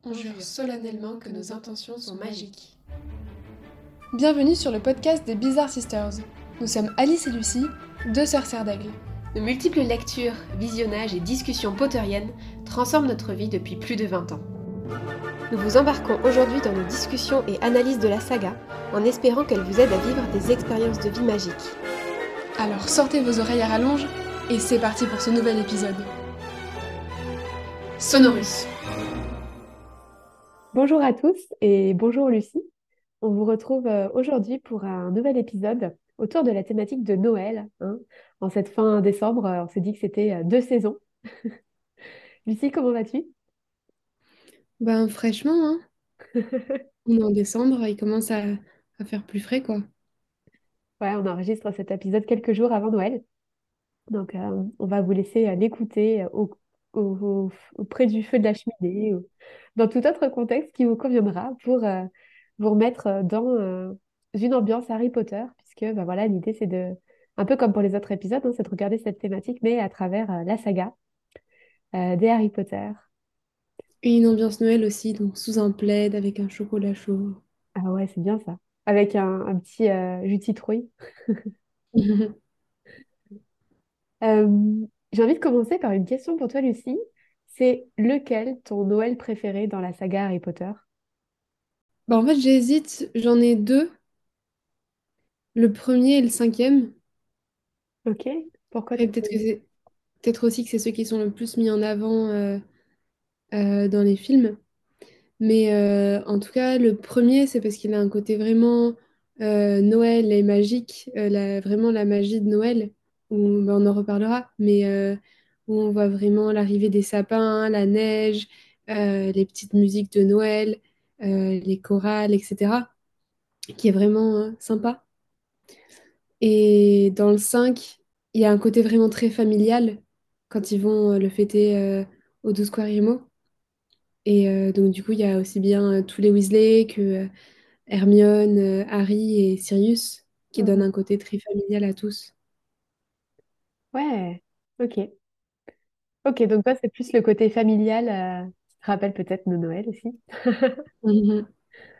on jure solennellement que nos intentions sont magiques. Bienvenue sur le podcast des Bizarre Sisters. Nous sommes Alice et Lucie, deux sœurs serres d'aigle. De multiples lectures, visionnages et discussions potteriennes transforment notre vie depuis plus de 20 ans. Nous vous embarquons aujourd'hui dans nos discussions et analyses de la saga, en espérant qu'elle vous aide à vivre des expériences de vie magiques. Alors sortez vos oreilles à rallonge, et c'est parti pour ce nouvel épisode. Sonorus. Bonjour à tous et bonjour Lucie. On vous retrouve aujourd'hui pour un nouvel épisode autour de la thématique de Noël, hein. En cette fin décembre, on s'est dit que c'était deux saisons. Lucie, comment vas-tu? Ben fraîchement, hein. On est en décembre, il commence à faire plus frais, quoi. Ouais, on enregistre cet épisode quelques jours avant Noël. Donc, on va vous laisser l'écouter auprès du feu de la cheminée ou dans tout autre contexte qui vous conviendra pour vous remettre dans une ambiance Harry Potter, puisque bah, voilà, l'idée c'est de, un peu comme pour les autres épisodes, hein, c'est de regarder cette thématique, mais à travers la saga des Harry Potter. Et une ambiance Noël aussi, donc sous un plaid avec un chocolat chaud. Ah ouais, c'est bien ça. Avec un petit jus de citrouille. J'ai envie de commencer par une question pour toi, Lucie. C'est lequel ton Noël préféré dans la saga Harry Potter? Ben, en fait, j'hésite, j'en ai deux, le premier et le cinquième. Ok. Pourquoi Et tu peut-être que fais... c'est peut-être aussi que c'est ceux qui sont le plus mis en avant dans les films. Mais en tout cas, le premier, c'est parce qu'il a un côté vraiment Noël et magique, vraiment la magie de Noël, où, ben, on en reparlera, mais où on voit vraiment l'arrivée des sapins, la neige, les petites musiques de Noël, les chorales, etc., qui est vraiment sympa. Et dans le 5, il y a un côté vraiment très familial quand ils vont le fêter au 12 Quarimo. Et donc, du coup, il y a aussi bien tous les Weasley que Hermione, Harry et Sirius qui donnent Mhm. un côté très familial à tous. Ouais, ok. Ok, donc toi, c'est plus le côté familial qui te rappelle peut-être nos Noël aussi. Mhm.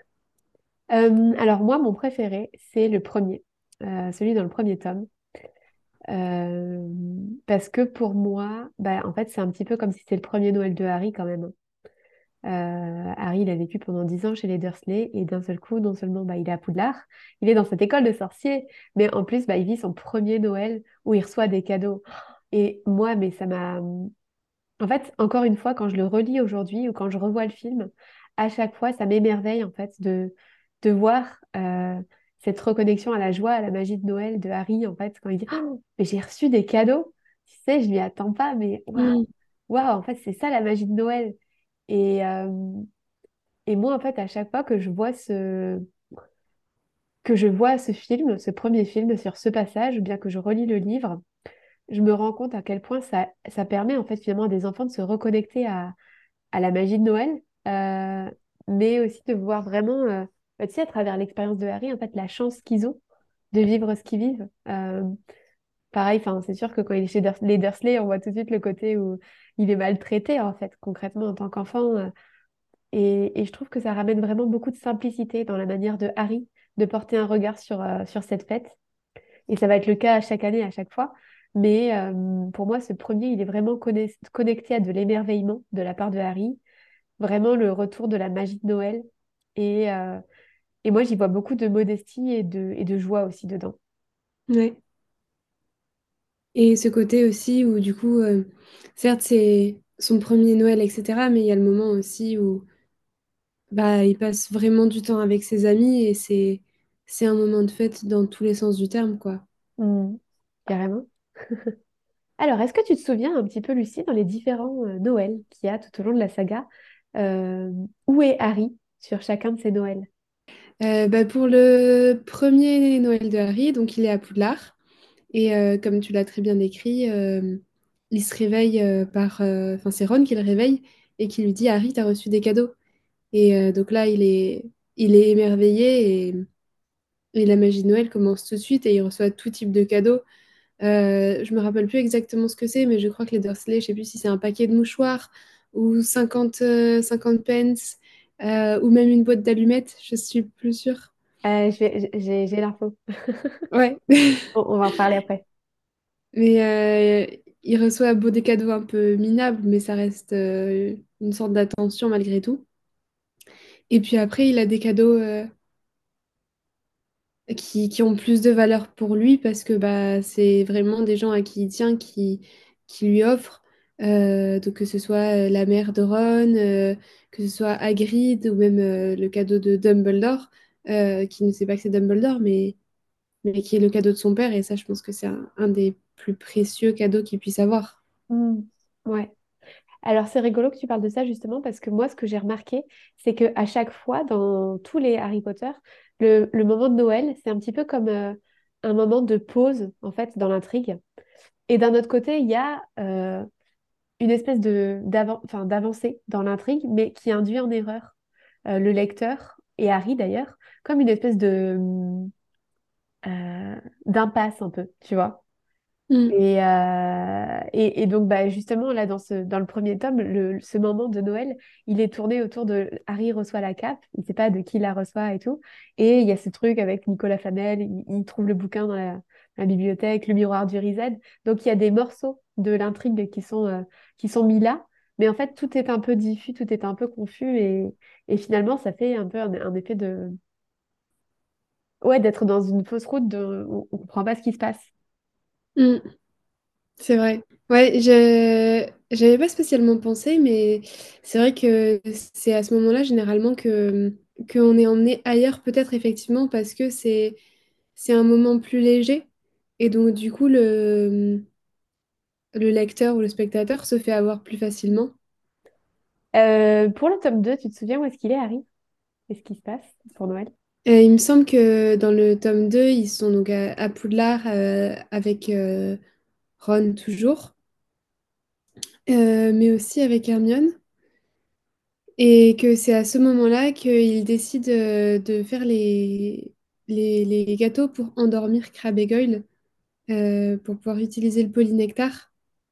Alors moi, mon préféré, c'est le premier, celui dans le premier tome. Euh, Parce que pour moi, bah, en fait, c'est un petit peu comme si c'était le premier Noël de Harry quand même. Harry, il a vécu pendant 10 ans chez les Dursley et d'un seul coup, non seulement bah, il est à Poudlard, il est dans cette école de sorciers, mais en plus, bah, il vit son premier Noël où il reçoit des cadeaux. Et moi, mais ça m'a... En fait, encore une fois, quand je le relis aujourd'hui ou quand je revois le film, à chaque fois, ça m'émerveille en fait de voir cette reconnexion à la joie, à la magie de Noël de Harry, en fait, quand il dit «Oh, mais j'ai reçu des cadeaux!» Tu sais, je m'y attends pas, mais waouh, Mhm. waouh, en fait, c'est ça la magie de Noël. Et, et moi, en fait, à chaque fois que je vois ce film, ce premier film sur ce passage, ou bien que je relis le livre, je me rends compte à quel point ça permet en fait finalement à des enfants de se reconnecter à la magie de Noël, euh, mais aussi de voir vraiment, bah, tu sais, à travers l'expérience de Harry, en fait, la chance qu'ils ont de vivre ce qu'ils vivent. Pareil, enfin, c'est sûr que quand il est chez les Dursley, on voit tout de suite le côté où il est maltraité, en fait, concrètement, en tant qu'enfant. Et je trouve que ça ramène vraiment beaucoup de simplicité dans la manière de Harry de porter un regard sur cette fête. Et ça va être le cas à chaque année, à chaque fois. Mais pour moi, ce premier, il est vraiment connecté à de l'émerveillement de la part de Harry. Vraiment le retour de la magie de Noël. Et, euh, et moi, j'y vois beaucoup de modestie et de joie aussi dedans. Ouais. Et ce côté aussi où du coup, certes, c'est son premier Noël, etc., mais il y a le moment aussi où bah, il passe vraiment du temps avec ses amis et c'est un moment de fête dans tous les sens du terme, quoi. Mm. Carrément. Alors, est-ce que tu te souviens un petit peu, Lucie, dans les différents Noëls qu'il y a tout au long de la saga, euh, où est Harry sur chacun de ces Noëls? Bah, pour le premier Noël de Harry, donc il est à Poudlard. Et comme tu l'as très bien décrit, il se réveille enfin, c'est Ron qui le réveille et qui lui dit, Harry, t'as reçu des cadeaux. Et donc là, il est émerveillé et la magie de Noël commence tout de suite et il reçoit tout type de cadeaux. Je me rappelle plus exactement ce que c'est, mais je crois que les Dursley, je sais plus si c'est un paquet de mouchoirs ou 50 pence, ou même une boîte d'allumettes, je suis plus sûre. J'ai l'info. Ouais. On va en parler après. Mais il reçoit beau des cadeaux un peu minables, mais ça reste une sorte d'attention malgré tout. Et puis après, il a des cadeaux qui ont plus de valeur pour lui parce que bah, c'est vraiment des gens à qui il tient qui lui offrent. Donc que ce soit la mère de Ron, que ce soit Hagrid ou même le cadeau de Dumbledore, qui ne sait pas que c'est Dumbledore, mais qui est le cadeau de son père. Et ça, je pense que c'est un des plus précieux cadeaux qu'il puisse avoir. Hmm. Ouais. Alors, c'est rigolo que tu parles de ça justement parce que moi, ce que j'ai remarqué, c'est que à chaque fois, dans tous les Harry Potter, le moment de Noël, c'est un petit peu comme un moment de pause, en fait, dans l'intrigue. Et d'un autre côté, il y a une espèce enfin, d'avancée dans l'intrigue, mais qui induit en erreur le lecteur, et Harry d'ailleurs, comme une espèce d'impasse un peu, tu vois. Mm, Et donc, bah, justement, là, dans le premier tome, ce moment de Noël, il est tourné autour de Harry reçoit la cape, il ne sait pas de qui la reçoit et tout. Et il y a ce truc avec Nicolas Flamel, il trouve le bouquin dans la bibliothèque, le miroir du Riséd. Donc, il y a des morceaux de l'intrigue qui sont mis là. Mais en fait, tout est un peu diffus, tout est un peu confus. Et finalement, ça fait un peu un effet de... Ouais, d'être dans une fausse route, on ne comprend pas ce qui se passe. mm, c'est vrai. Ouais, j'avais pas spécialement pensé, mais c'est vrai que c'est à ce moment-là, généralement, qu'on est emmené ailleurs, peut-être effectivement, parce que c'est un moment plus léger. Et donc, du coup, le lecteur ou le spectateur se fait avoir plus facilement. Pour le tome 2, tu te souviens où est-ce qu'il est, Harry? Qu'est-ce qui se passe pour Noël? Il me semble que dans le tome 2 ils sont donc à Poudlard avec Ron toujours, mais aussi avec Hermione. Et que c'est à ce moment-là qu'il décide de faire les gâteaux pour endormir Crabbe et Goyle, pour pouvoir utiliser le polynectar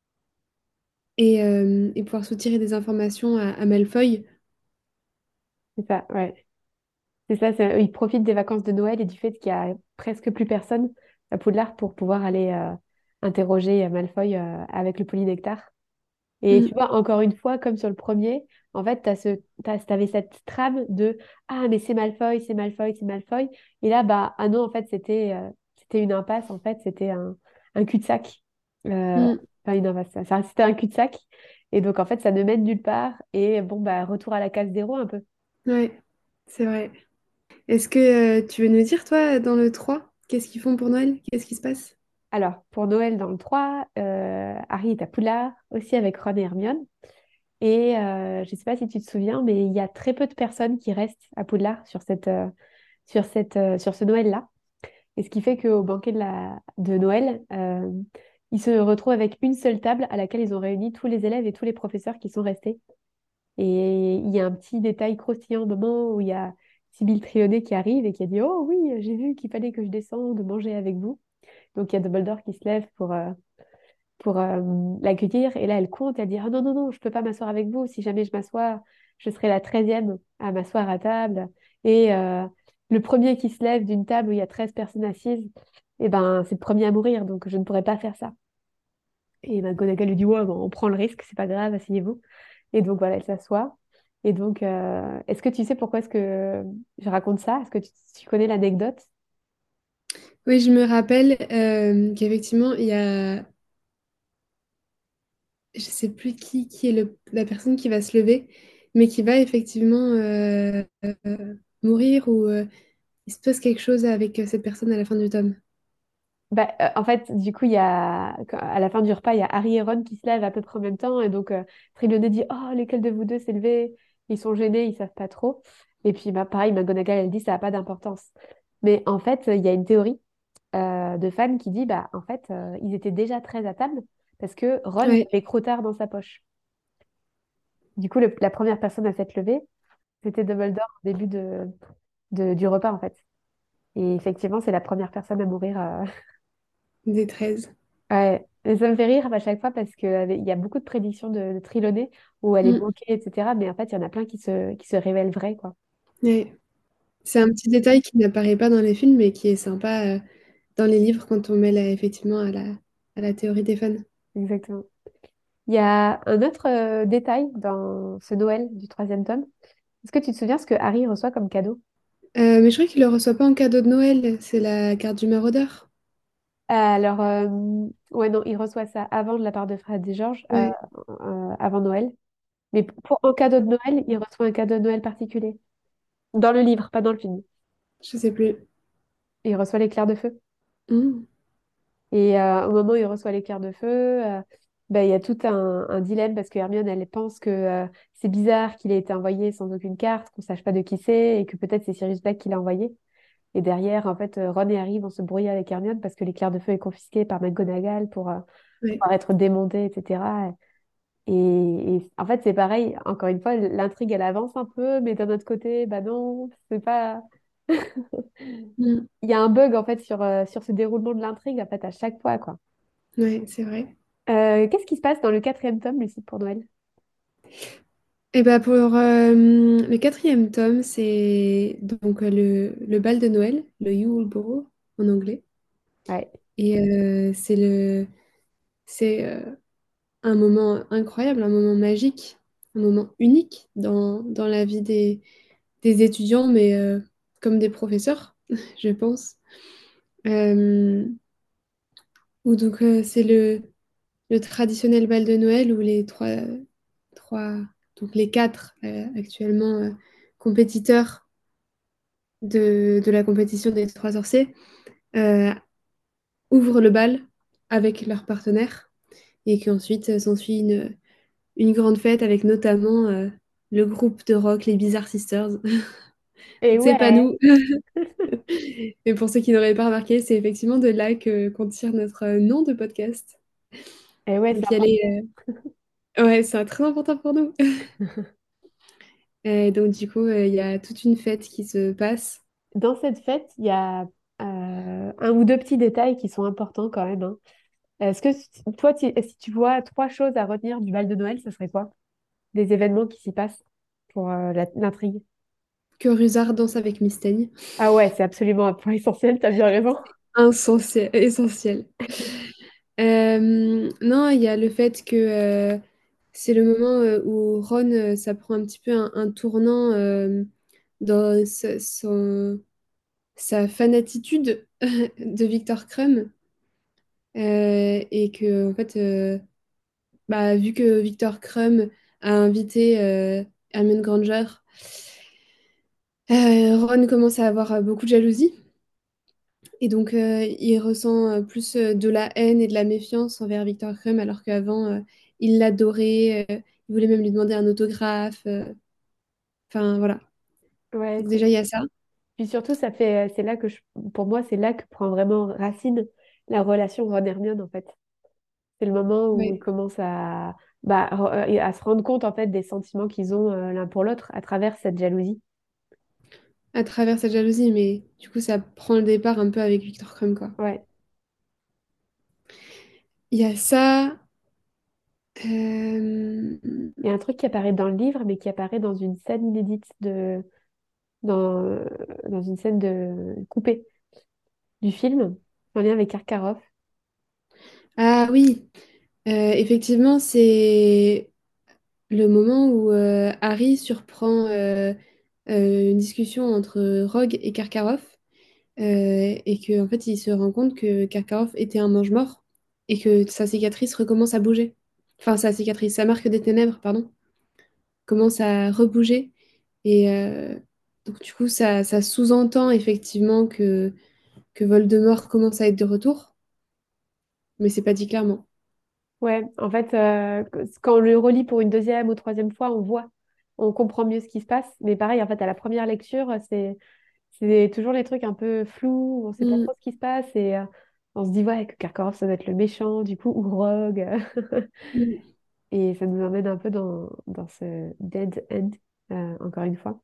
et pouvoir soutirer des informations à Malfoy. C'est ça, ouais. C'est ça, ils profitent des vacances de Noël et du fait qu'il y a presque plus personne à Poudlard pour pouvoir aller interroger Malfoy avec le polynectar. Et tu Mm, vois, encore une fois, comme sur le premier, en fait, t'avais cette trame de ah, mais c'est Malfoy, c'est Malfoy, c'est Malfoy. Et là, bah, ah non, en fait, c'était une impasse, en fait, c'était un cul-de-sac. Euh, mm, enfin, une impasse, c'était un cul-de-sac. Et donc, en fait, ça ne mène nulle part. Et bon, bah, retour à la case zéro un peu. ouais, c'est vrai. Est-ce que tu veux nous dire, toi, dans le 3 qu'est-ce qu'ils font pour Noël? Qu'est-ce qui se passe? Alors, pour Noël dans le 3, Harry est à Poudlard, aussi avec Ron et Hermione. Et je ne sais pas si tu te souviens, mais il y a très peu de personnes qui restent à Poudlard sur ce Noël-là. Et ce qui fait qu'au banquet de Noël, ils se retrouvent avec une seule table à laquelle ils ont réuni tous les élèves et tous les professeurs qui sont restés. Et il y a un petit détail croustillant au moment où il y a Sibylle Trionnet qui arrive et qui a dit: «Oh oui, j'ai vu qu'il fallait que je descende manger avec vous.» Donc il y a Dumbledore qui se lève pour l'accueillir. Et là, elle compte, elle dit: «Ah non, non, non, je peux pas m'asseoir avec vous. Si jamais je m'assois, je serai la 13e à m'asseoir à table. Et le premier qui se lève d'une table où il y a 13 personnes assises, eh ben, c'est le premier à mourir, donc je ne pourrais pas faire ça.» Et McGonagall lui dit: «Ouais, bon, on prend le risque, c'est pas grave, asseyez-vous.» Et donc voilà, elle s'assoit. Et donc, est-ce que tu sais pourquoi est-ce que je raconte ça? Est-ce que tu connais l'anecdote? Oui, je me rappelle qu'effectivement, il y a, je sais plus qui est la personne qui va se lever, mais qui va effectivement mourir ou il se passe quelque chose avec cette personne à la fin du tome. Bah, en fait, du coup, à la fin du repas, il y a Harry et Ron qui se lèvent à peu près en même temps. Et donc, Trelawney dit: «Oh, lesquels de vous deux s'est levé?» Ils sont gênés, ils savent pas trop. Et puis, bah, pareil, McGonagall, elle dit: «Ça n'a pas d'importance.» Mais en fait, il y a une théorie de fans qui dit: bah, en fait, ils étaient déjà 13 à table parce que Ron, il Ouais, avait Crottard dans sa poche. Du coup, la première personne à s'être levée, c'était Dumbledore au début du repas, en fait. Et effectivement, c'est la première personne à mourir. des 13. Ouais. Et ça me fait rire à chaque fois parce qu'il y a beaucoup de prédictions de Trelawney où elle est Mm. bloquée, etc. Mais en fait, il y en a plein qui se révèlent vraies, quoi. Ouais. C'est un petit détail qui n'apparaît pas dans les films, mais qui est sympa dans les livres quand on met effectivement à la théorie des fans. Exactement. Il y a un autre détail dans ce Noël du troisième tome. Est-ce que tu te souviens ce que Harry reçoit comme cadeau? Mais je crois qu'il ne le reçoit pas en cadeau de Noël, c'est la carte du maraudeur. Alors, ouais, non, il reçoit ça avant de la part de Fred et George, Ouais, avant Noël. Mais en cadeau de Noël, il reçoit un cadeau de Noël particulier. Dans le livre, pas dans le film. je sais plus. Il reçoit l'éclair de feu. Mm. Et au moment où il reçoit l'éclair de feu, ben, il y a tout un dilemme parce que Hermione, elle pense que c'est bizarre qu'il ait été envoyé sans aucune carte, qu'on sache pas de qui c'est et que peut-être c'est Sirius Black qui l'a envoyé. Et derrière, en fait, Ron et Harry vont se brouiller avec Hermione parce que l'éclair de feu est confisqué par McGonagall pour Ouais. pouvoir être démonté, etc. Et en fait, c'est pareil, encore une fois, l'intrigue, elle avance un peu, mais d'un autre côté, bah non, c'est pas... Mm. Il y a un bug, en fait, sur ce déroulement de l'intrigue, en fait, à chaque fois, quoi. Ouais, c'est vrai. Qu'est-ce qui se passe dans le quatrième tome, Lucie, pour Noël? Et bah pour le quatrième tome, c'est donc le bal de Noël, le Yule Ball en anglais. Ouais. Et c'est un moment incroyable, un moment magique, un moment unique dans la vie des étudiants, mais comme des professeurs, je pense. Euh, où donc c'est le traditionnel bal de Noël où les trois donc les quatre actuellement compétiteurs de la compétition des trois sorciers euh, ouvrent le bal avec leurs partenaires et qu'ensuite s'ensuit une grande fête avec notamment le groupe de rock, les Bizarre Sisters. Et C'est pas ouais, nous. Mais pour ceux qui n'auraient pas remarqué, c'est effectivement de là qu'on tire notre nom de podcast. et ouais, c'est Donc, y important. aller, ouais, c'est très important pour nous. Donc, du coup, il y a toute une fête qui se passe. Dans cette fête, il y a un ou deux petits détails qui sont importants quand même, hein. Est-ce que toi, si tu vois trois choses à retenir du bal de Noël, ce serait quoi? Des événements qui s'y passent pour l'intrigue? Que Rusard danse avec Mystaigne. Ah ouais, c'est absolument un point essentiel, t'as bien raison. Insensé, essentiel. Non, il y a le fait que c'est le moment où Ron, ça prend un petit peu un tournant dans sa fanatitude de Victor Crumb. Et que, en fait, bah, vu que Victor Crumb a invité Hermione Granger, Ron commence à avoir beaucoup de jalousie. Et donc, il ressent plus de la haine et de la méfiance envers Victor Crumb, alors qu'avant, il l'adorait, il voulait même lui demander un autographe. Enfin, voilà. Ouais, Donc, déjà, il y a ça. puis surtout, c'est là pour moi, c'est là que prend vraiment racine la relation Ron-Hermione, en fait. C'est le moment où ils Ouais. commencent à se rendre compte, en fait, des sentiments qu'ils ont l'un pour l'autre à travers cette jalousie. À travers sa jalousie, mais du coup, ça prend le départ un peu avec Victor Crumb, quoi. Ouais. Il y a ça. euh, Il y a un truc qui apparaît dans le livre, mais qui apparaît dans une scène inédite dans, euh, dans une scène coupée du film, en lien avec Karkaroff. Ah oui, effectivement, c'est le moment où Harry surprend une discussion entre Rogue et Karkaroff et que en fait il se rend compte que Karkaroff était un mange-mort et que sa cicatrice recommence à bouger. Enfin sa cicatrice, sa marque des ténèbres, pardon, commence à rebouger et donc du coup ça sous-entend effectivement que Voldemort commence à être de retour, mais c'est pas dit clairement. Ouais, en fait, quand on le relit pour une deuxième ou troisième fois, on comprend mieux ce qui se passe. Mais pareil, en fait, à la première lecture, c'est toujours les trucs un peu flous, on sait pas Mm, trop ce qui se passe et on se dit, ouais, que Karkaroff, ça doit être le méchant, du coup, ou Rogue. mm. Et ça nous emmène un peu dans ce dead end, encore une fois.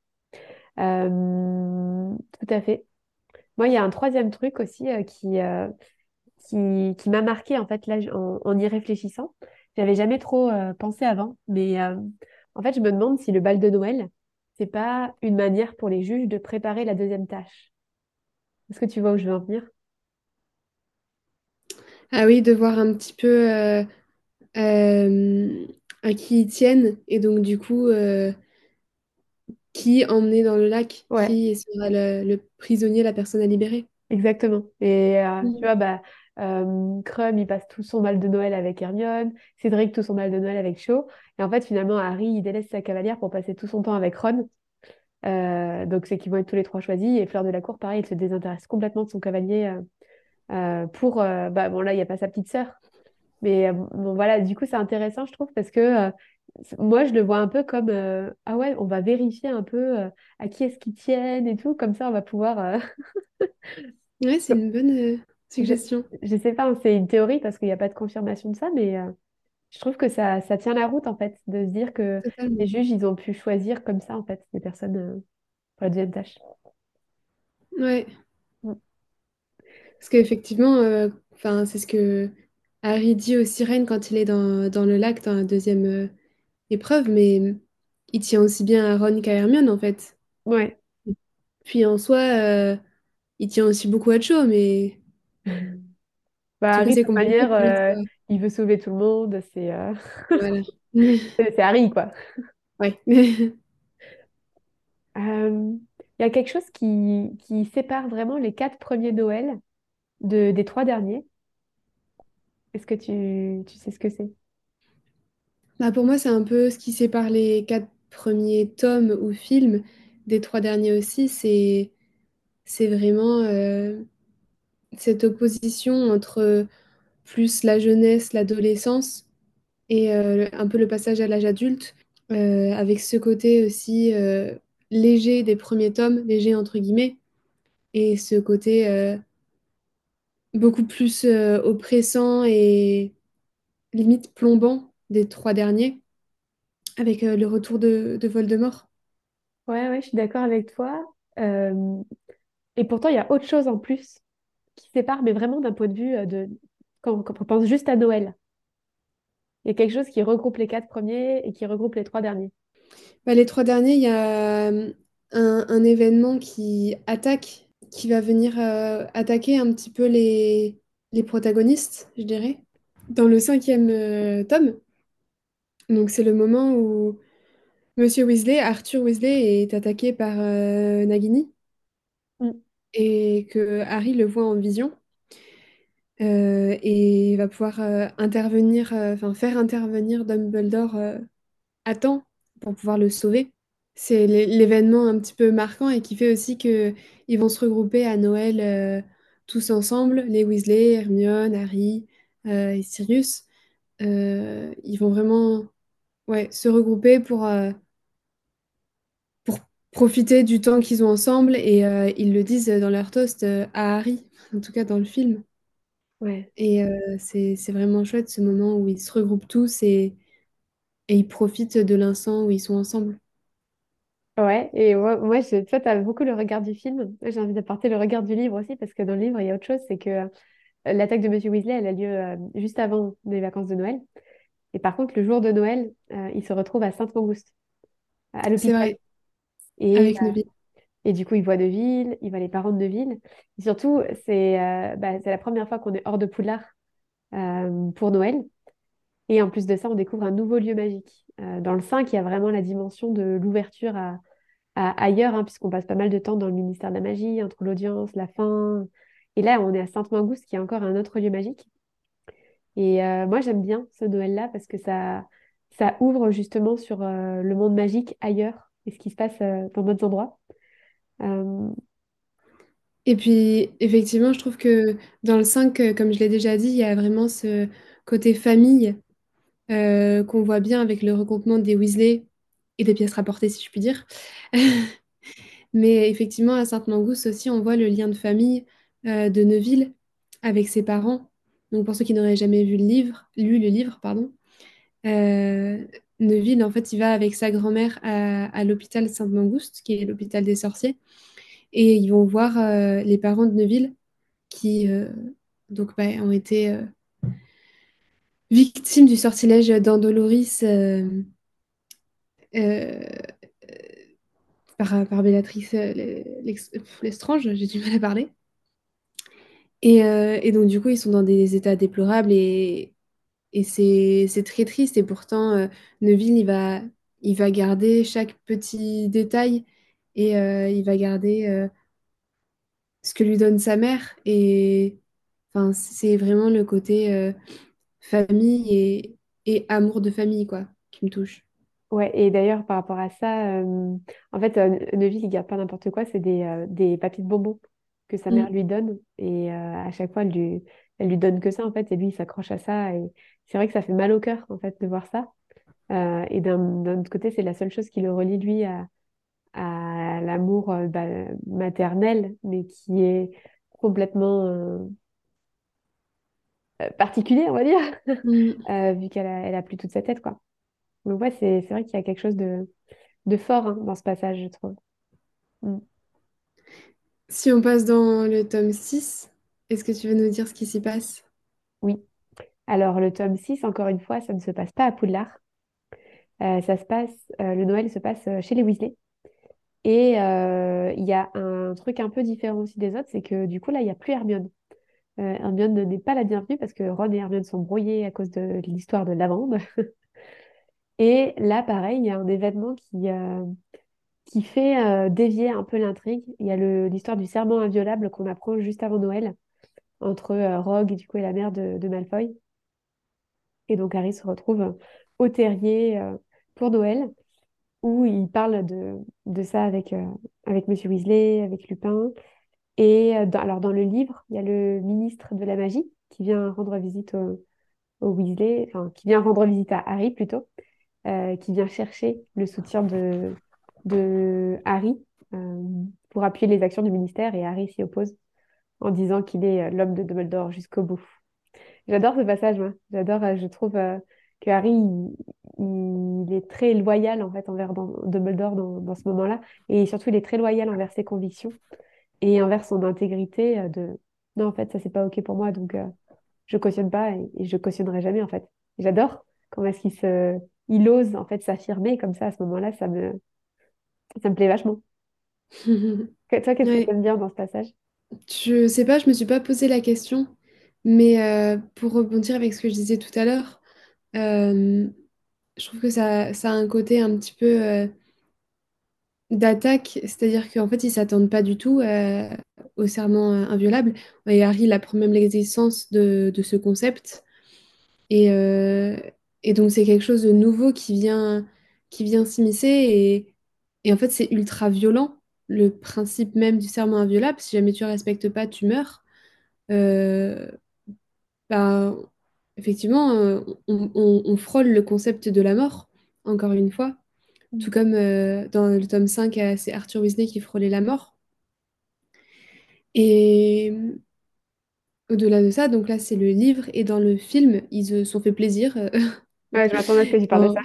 Tout à fait. Moi, il y a un troisième truc aussi qui m'a marqué en fait là en y réfléchissant. J'avais jamais trop pensé avant, mais en fait je me demande si le bal de Noël, c'est pas une manière pour les juges de préparer la deuxième tâche. Est-ce que tu vois où je veux en venir? Ah oui, de voir un petit peu euh, à qui ils tiennent et donc du coup qui emmener dans le lac, Ouais, qui sera le prisonnier, la personne à libérer. exactement. Et tu Mhm. vois, bah, Crum, il passe tout son bal de Noël avec Hermione, Cédric tout son bal de Noël avec Cho, et en fait finalement Harry il délaisse sa cavalière pour passer tout son temps avec Ron. Donc c'est qu'ils vont être tous les trois choisis, et Fleur de la Cour, pareil, elle se désintéresse complètement de son cavalier pour... bah, bon là, il n'y a pas sa petite sœur. Mais bon, voilà, du coup, c'est intéressant, je trouve, parce que moi, je le vois un peu comme ah ouais, on va vérifier un peu à qui est-ce qu'ils tiennent et tout, comme ça, on va pouvoir. Ouais, c'est une bonne Je, suggestion. je sais pas, hein, c'est une théorie parce qu'il n'y a pas de confirmation de ça, mais je trouve que ça tient la route, en fait, de se dire que les Totalement. juges, ils ont pu choisir comme ça, en fait, des personnes pour la deuxième tâche. Ouais, Mm. parce qu'effectivement, enfin, c'est ce que Harry dit aux sirènes quand il est dans le lac dans la deuxième épreuve, mais il tient aussi bien à Ron qu'à Hermione en fait. Ouais. Puis en soi, il tient aussi beaucoup à Cho, mais Bah, plus Harry, de c'est toute compliqué, manière, plus il sera. il veut sauver tout le monde, Voilà. c'est Harry, quoi. Ouais. Il y a quelque chose qui sépare vraiment les quatre premiers Noëls des trois derniers. Est-ce que tu sais ce que c'est? Bah, pour moi, c'est un peu ce qui sépare les quatre premiers tomes ou films des trois derniers aussi. C'est vraiment cette opposition entre plus la jeunesse, l'adolescence et un peu le passage à l'âge adulte, avec ce côté aussi léger des premiers tomes, léger entre guillemets, et ce côté beaucoup plus oppressant et limite plombant des trois derniers, avec le retour de Voldemort. Ouais, ouais, je suis d'accord avec toi. Et pourtant, il y a autre chose en plus qui sépare, mais vraiment d'un point de vue quand on pense juste à Noël. Il y a quelque chose qui regroupe les quatre premiers et qui regroupe les trois derniers. Bah, les trois derniers, il y a un événement qui va venir attaquer un petit peu les protagonistes, je dirais. Dans le cinquième tome, donc c'est le moment où Monsieur Weasley, Arthur Weasley, est attaqué par Nagini Mm. et que Harry le voit en vision et va pouvoir intervenir, enfin faire intervenir Dumbledore à temps pour pouvoir le sauver. C'est l'événement un petit peu marquant et qui fait aussi que ils vont se regrouper à Noël tous ensemble, les Weasley, Hermione, Harry et Sirius. Ils vont vraiment ouais, se regrouper pour profiter du temps qu'ils ont ensemble et ils le disent dans leur toast à Harry, en tout cas dans le film. Ouais. Et c'est vraiment chouette ce moment où ils se regroupent tous et ils profitent de l'instant où ils sont ensemble. Ouais, et toi, tu as beaucoup le regard du film. Moi, j'ai envie d'apporter le regard du livre aussi, parce que dans le livre, il y a autre chose, c'est que l'attaque de Monsieur Weasley, elle a lieu juste avant les vacances de Noël. Et par contre, le jour de Noël, il se retrouve à Sainte-Mangouste, à C'est l'hôpital. vrai, Et, avec Neville. et du coup, il voit Neville, il voit les parents de Neville. Et surtout, c'est la première fois qu'on est hors de Poudlard pour Noël. Et en plus de ça, on découvre un nouveau lieu magique. Dans le 5, il y a vraiment la dimension de l'ouverture à ailleurs, hein, puisqu'on passe pas mal de temps dans le ministère de la magie, entre l'audience, la fin. Et là, on est à Sainte-Mangouste, qui est encore un autre lieu magique. Et moi, j'aime bien ce Noël-là parce que ça ouvre justement sur le monde magique ailleurs et ce qui se passe dans d'autres endroits. Euh, Et puis, effectivement, je trouve que dans le 5 comme je l'ai déjà dit, il y a vraiment ce côté famille qu'on voit bien avec le regroupement des Weasley et des pièces rapportées, si je puis dire. Mais effectivement, à Sainte-Mangouste aussi, on voit le lien de famille de Neville avec ses parents. Donc, pour ceux qui n'auraient jamais lu le livre, pardon, euh, Neville, en fait, il va avec sa grand-mère à l'hôpital Sainte-Mangouste, qui est l'hôpital des sorciers, et ils vont voir les parents de Neville qui donc, bah, ont été victimes du sortilège d'Andoloris euh, par Bellatrix Lestrange, j'ai du mal à parler. Et donc, du coup, ils sont dans des états déplorables et c'est très triste. Et pourtant, Neville, il va garder chaque petit détail et il va garder ce que lui donne sa mère. Et enfin, c'est vraiment le côté famille et amour de famille, quoi, qui me touche. Ouais, et d'ailleurs, par rapport à ça, en fait, Neville, il garde pas n'importe quoi, c'est des papiers de bonbons que sa mère Mm. lui donne. Et à chaque fois, elle lui donne que ça, en fait, et lui, il s'accroche à ça. Et c'est vrai que ça fait mal au cœur, en fait, de voir ça. Et d'un autre côté, c'est la seule chose qui le relie, lui, à l'amour bah, maternel, mais qui est complètement particulier, on va dire, Mm. vu elle a plus toute sa tête, quoi. Donc ouais, c'est vrai qu'il y a quelque chose de fort hein, dans ce passage, je trouve. Mm. Si on passe dans le tome 6, est-ce que tu veux nous dire ce qui s'y passe? Oui. Alors, le tome 6 encore une fois, ça ne se passe pas à Poudlard. Ça se passe, le Noël se passe chez les Weasley. Et il y a un truc un peu différent aussi des autres, c'est que du coup, là, il n'y a plus Hermione. Hermione n'est pas la bienvenue parce que Ron et Hermione sont brouillés à cause de l'histoire de lavande. Et là, pareil, il y a un événement qui fait dévier un peu l'intrigue. Il y a l'histoire du serment inviolable qu'on apprend juste avant Noël entre Rogue et, du coup, et la mère de Malfoy. Et donc Harry se retrouve au terrier pour Noël, où il parle de ça avec Monsieur Weasley, avec Lupin. Et alors dans le livre, il y a le ministre de la magie qui vient rendre visite au Weasley, enfin qui vient rendre visite à Harry plutôt, qui vient chercher le soutien de Harry euh, pour appuyer les actions du ministère. Et Harry s'y oppose en disant qu'il est l'homme de Dumbledore jusqu'au bout. J'adore ce passage, moi. J'adore, je trouve que Harry, il est très loyal en fait envers Dumbledore dans ce moment-là. Et surtout, il est très loyal envers ses convictions et envers son intégrité de non, en fait, ça, c'est pas OK pour moi, donc je cautionne pas et je cautionnerai jamais en fait. J'adore comment est-ce il ose en fait s'affirmer comme ça à ce moment-là, ça me plaît vachement. Toi, qu'est-ce que tu Ouais. aimes bien dans ce passage? Je sais pas, je me suis pas posé la question, mais pour rebondir avec ce que je disais tout à l'heure, euh, je trouve que ça a un côté un petit peu d'attaque, c'est-à-dire qu'en fait, ils s'attendent pas du tout au serment inviolable. Et Harry il apprend même l'existence de ce concept. Et, euh, et donc, c'est quelque chose de nouveau qui vient s'immiscer. Et en fait, c'est ultra violent, le principe même du serment inviolable. Si jamais tu respectes pas, tu meurs. Euh, bah, effectivement, on frôle le concept de la mort, encore une fois. Tout Mm. comme dans le tome 5, c'est Arthur Weasley qui frôlait la mort. Et au-delà de ça, donc là, c'est le livre. Et dans le film, ils se sont fait plaisir. Ouais, je m'attendais à ce que tu parles de ça. en-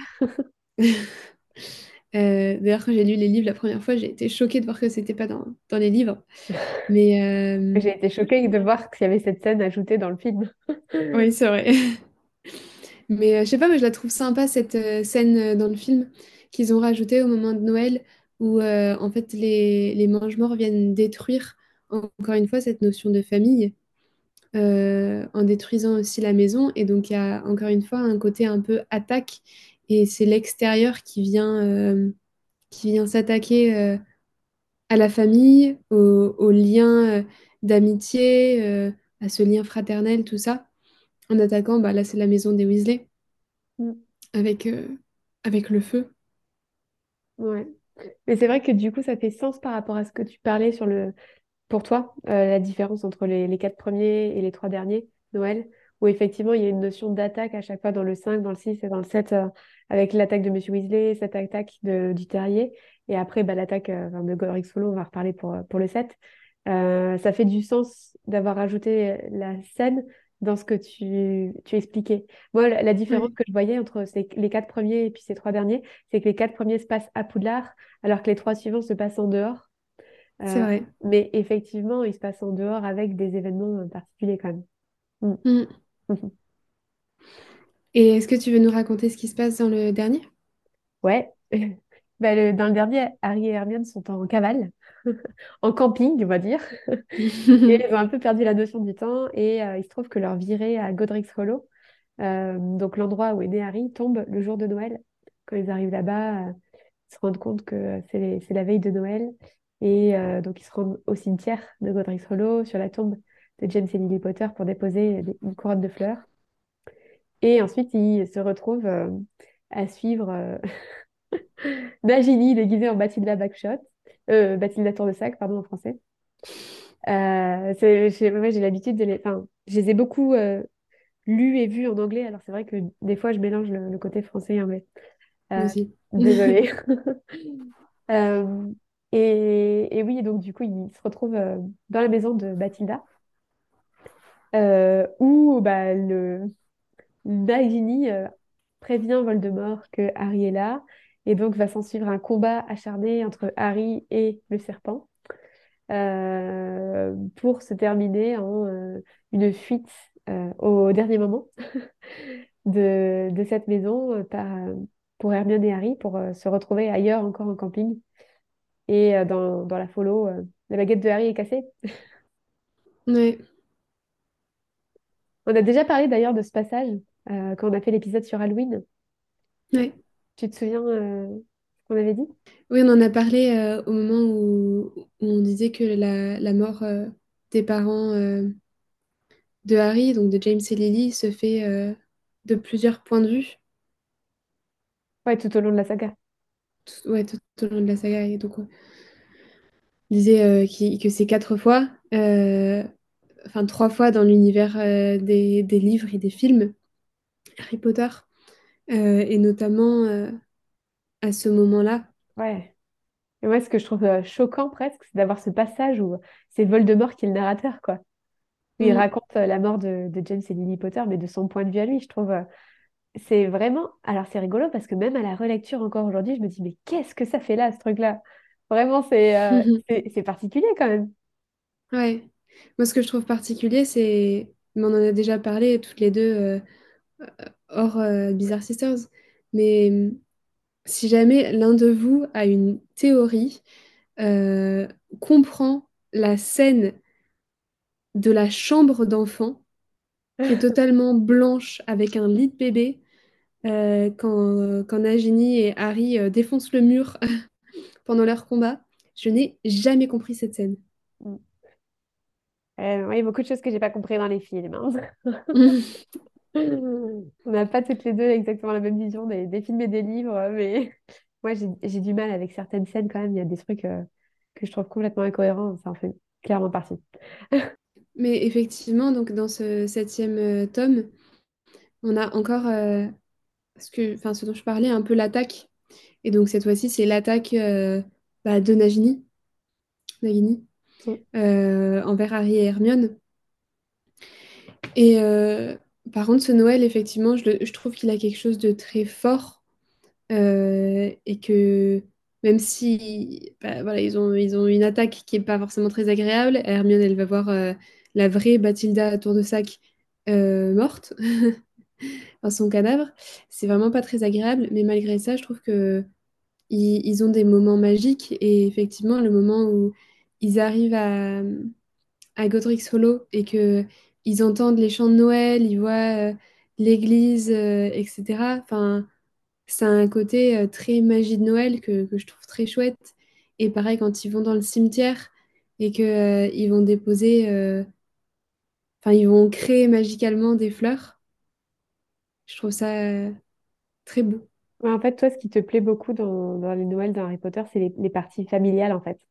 D'ailleurs, quand j'ai lu les livres la première fois, j'ai été choquée de voir que c'était pas dans les livres. Mais J'ai été choquée de voir qu'il y avait cette scène ajoutée dans le film. oui, c'est vrai. Mais je sais pas, mais je la trouve sympa cette scène dans le film qu'ils ont rajoutée au moment de Noël où en fait les mange-morts viennent détruire encore une fois cette notion de famille en détruisant aussi la maison. Et donc il y a encore une fois un côté un peu attaque et c'est l'extérieur qui vient s'attaquer à la famille, au lien d'amitié, à ce lien fraternel, tout ça. En attaquant, bah, là c'est la maison des Weasley Mm. avec, avec le feu. Ouais. Mais c'est vrai que du coup, ça fait sens par rapport à ce que tu parlais pour toi, la différence entre les quatre premiers et les trois derniers, Noël, où effectivement, il y a une notion d'attaque à chaque fois dans le 5 dans le 6 et dans le 7 avec l'attaque de Monsieur Weasley, cette attaque du terrier, et après, bah, l'attaque enfin, de Godric Solo, on va reparler pour le 7. Ça fait du sens d'avoir ajouté la scène dans ce que tu expliquais. Moi, la différence Ouais, que je voyais entre les quatre premiers et puis ces trois derniers, c'est que les quatre premiers se passent à Poudlard, alors que les trois suivants se passent en dehors. c'est Euh, vrai. mais effectivement, il se passe en dehors avec des événements particuliers quand même. Mm. Mm. Mhm. Et est-ce que tu veux nous raconter ce qui se passe dans le dernier? Ouais. Bah, dans le dernier, Harry et Hermione sont en cavale, en camping, on va dire. Et ils ont un peu perdu la notion du temps et il se trouve que leur virée à Godric's Hollow, donc l'endroit où est né Harry, tombe le jour de Noël. Quand ils arrivent là-bas, ils se rendent compte que c'est la veille de Noël. Et donc ils se rendent au cimetière de Godric's Hollow, sur la tombe de James et Lily Potter pour déposer une couronne de fleurs. Et ensuite, ils se retrouvent à suivre Nagini déguisée en Mathilda Bagshot, Mathilda Tournesac, pardon, en français. Ouais, j'ai l'habitude de les... Enfin, je les ai beaucoup lus et vus en anglais, alors c'est vrai que des fois, je mélange le côté français et anglais. Moi Euh, aussi. Désolée. Euh, et oui, donc du coup, ils se retrouvent dans la maison de Mathilda, où bah, Nagini prévient Voldemort que Harry est là, et donc va s'en suivre un combat acharné entre Harry et le serpent, pour se terminer en une fuite au dernier moment de cette maison pour Hermione et Harry, pour se retrouver ailleurs encore en camping. Et dans la follow, la baguette de Harry est cassée. Ouais, On a déjà parlé d'ailleurs de ce passage quand on a fait l'épisode sur Halloween. ouais. Tu te souviens ce qu'on avait dit? Oui, on en a parlé au moment où on disait que la mort des parents de Harry, donc de James et Lily, se fait de plusieurs points de vue. Ouais, tout au long de la saga. Ouais, tout au long de la saga. Et donc, on disait que c'est quatre fois, enfin trois fois dans l'univers des livres et des films Harry Potter, et notamment à ce moment-là. Ouais. Et moi, ce que je trouve choquant presque, c'est d'avoir ce passage où c'est Voldemort qui est le narrateur, quoi. Où il Mm. raconte la mort de James et Lily Potter, mais de son point de vue à lui. Je trouve, c'est vraiment... Alors, c'est rigolo parce que même à la relecture encore aujourd'hui, je me dis, mais qu'est-ce que ça fait là, ce truc-là? Vraiment, c'est particulier quand même. Ouais. Moi, ce que je trouve particulier, c'est, mais on en a déjà parlé toutes les deux hors Bizarre Sisters, mais si jamais l'un de vous a une théorie, euh, comprend la scène de la chambre d'enfant qui est totalement blanche avec un lit de bébé quand Nagini et Harry défoncent le mur pendant leur combat, je n'ai jamais compris cette scène. Mm. Ouais, il y a beaucoup de choses que j'ai pas compris dans les films, hein. On n'a pas toutes les deux exactement la même vision des films et des livres, mais moi j'ai du mal avec certaines scènes quand même. Il y a des trucs que je trouve complètement incohérents, ça en fait clairement partie. Mais effectivement, donc dans ce septième tome, on a encore enfin, ce dont je parlais, un peu l'attaque. Et donc cette fois-ci, c'est l'attaque de Nagini Mm. envers Harry et Hermione. Et par contre, ce Noël, effectivement, je trouve qu'il a quelque chose de très fort et que même si voilà, ils ont une attaque qui n'est pas forcément très agréable, Hermione, elle va voir la vraie Bathilda à tour de sac morte dans son cadavre. C'est vraiment pas très agréable, mais malgré ça, je trouve que ils ont des moments magiques et effectivement, le moment où ils arrivent à Godric's Hollow et que ils entendent les chants de Noël, ils voient l'église, etc. Enfin, ça a un côté très magie de Noël que je trouve très chouette. Et pareil, quand ils vont dans le cimetière et que ils vont déposer, enfin, ils vont créer magicalement des fleurs, je trouve ça très beau. Ouais, en fait, toi, ce qui te plaît beaucoup dans les Noëls dans Harry Potter, c'est les parties familiales, en fait.